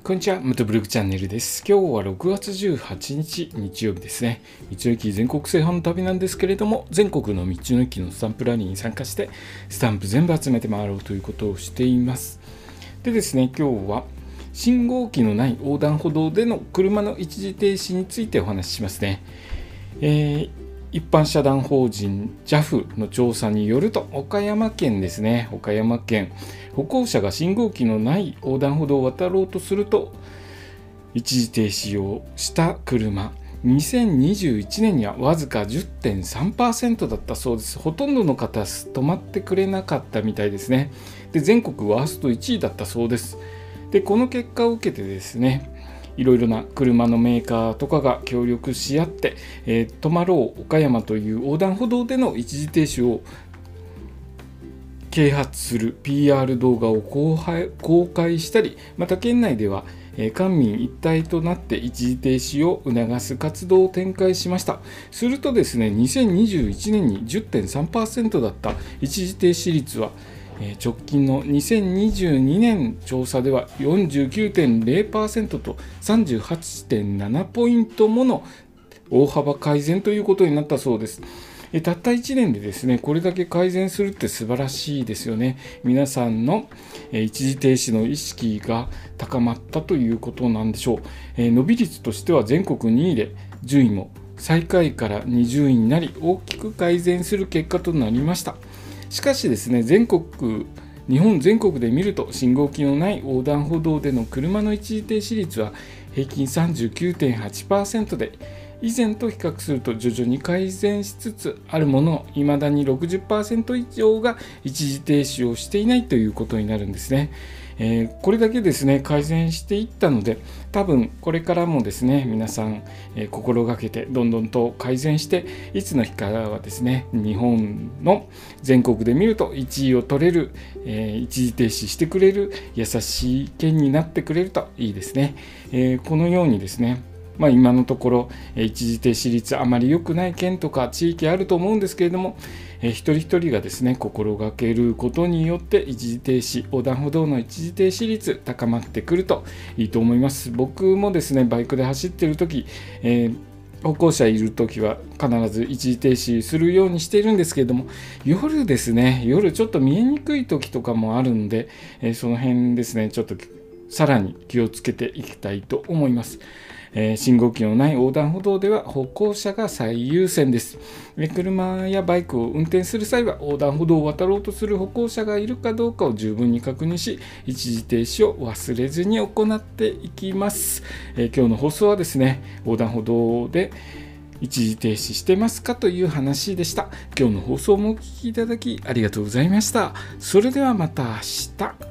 こんにちは、ムトブログチャンネルです。今日は6月18日日曜日ですね。道の駅全国制覇の旅なんですけれども、全国の道の駅のスタンプラリーに参加して、スタンプ全部集めて回ろうということをしています。でですね、今日は信号機のない横断歩道での車の一時停止についてお話ししますね。一般社団法人 JAF の調査によると、岡山県ですね、岡山県、歩行者が信号機のない横断歩道を渡ろうとすると一時停止をした車、2021年にはわずか 10.3% だったそうです。ほとんどの方止まってくれなかったみたいですね。で、全国ワースト1位だったそうです。で、この結果を受けてですね、いろいろな車のメーカーとかが協力し合って、止まろう岡山という横断歩道での一時停止を啓発する PR 動画を公開したり、また県内では官民一体となって一時停止を促す活動を展開しました。するとですね、2021年に 10.3% だった一時停止率は直近の2022年調査では 49.0% と 38.7 ポイントもの大幅改善ということになったそうです。たった1年でですね、これだけ改善するって素晴らしいですよね。皆さんの一時停止の意識が高まったということなんでしょう。伸び率としては全国2位で、順位も最下位から20位になり、大きく改善する結果となりました。しかしですね、日本全国で見ると、信号機のない横断歩道での車の一時停止率は平均 39.8% で、以前と比較すると徐々に改善しつつあるものの、未だに 60% 以上が一時停止をしていないということになるんですね。これだけですね、改善していったので、多分これからもですね、皆さん、心がけてどんどんと改善して、いつの日からはですね、日本の全国で見ると1位を取れる、一時停止してくれる優しい県になってくれるといいですね。このようにですね、今のところ一時停止率あまり良くない県とか地域あると思うんですけれども、一人一人がですね心がけることによって一時停止、横断歩道の一時停止率高まってくるといいと思います。僕もですねバイクで走っているとき、歩行者いるときは必ず一時停止するようにしているんですけれども、夜ですね、夜ちょっと見えにくいときとかもあるんで、その辺ですねちょっとさらに気をつけていきたいと思います。信号機のない横断歩道では歩行者が最優先です。車やバイクを運転する際は横断歩道を渡ろうとする歩行者がいるかどうかを十分に確認し、一時停止を忘れずに行っていきます。今日の放送はですね、横断歩道で一時停止してますかという話でした。今日の放送もお聞きいただきありがとうございました。それではまた明日。